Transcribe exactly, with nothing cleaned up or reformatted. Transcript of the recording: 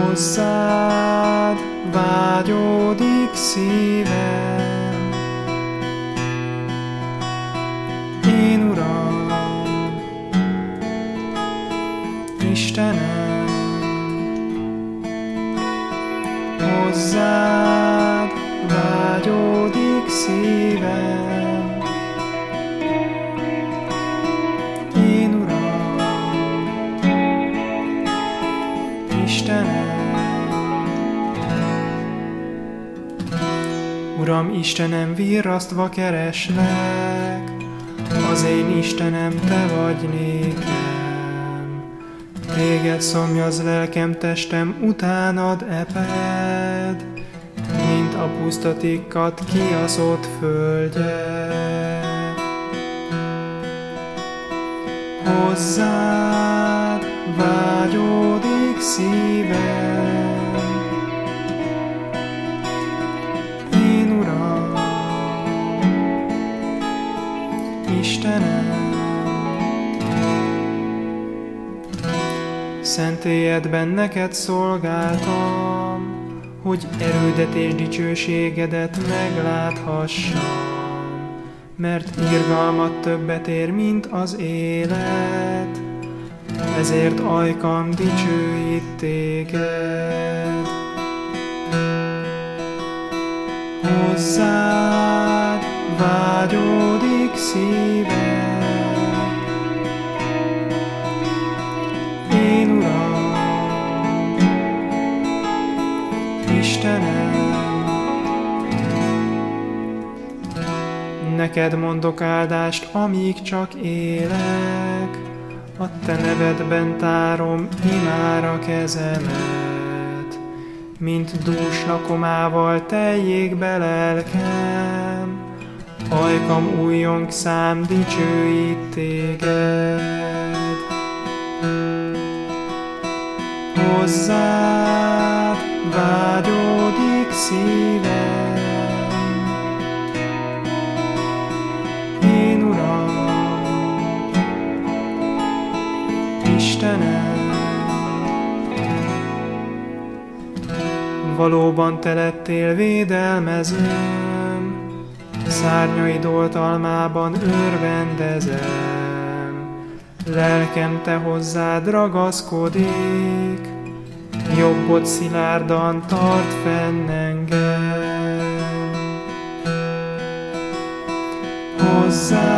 hozzád vágyódik szívem. Én Uram, Istenem, hozzád vágyódik szívem. Én Uram, Istenem. Uram, Istenem, virrasztva kereslek, az én Istenem, Te vagy nékem. Téged szomjaz lelkem, testem, utánad eped, mint a pusztatikkat kiaszott földje. Hozzád vágyódik szívem. Én Uram, Istenem, szentélyedben neked szolgáltam, hogy erődet és dicsőségedet megláthassam, mert irgalmat többet ér, mint az élet, ezért ajkam dicsőít téged. Hozzád vágyódik szívem. Én Uram, Istenem, neked mondok áldást, amíg csak élek, a te nevedben tárom imára kezemet, mint dús lakomával teljék be lelkem, ajkam újjong szám dicsőít téged. Hozzád vágyódik szívem. Én Uram, Istenem, valóban Te lettél védelmezőm, szárnyaid oltalmában örvendezem. Lelkem Te hozzád ragaszkodik, jobbod szilárdan tart fenn engem. Hozzád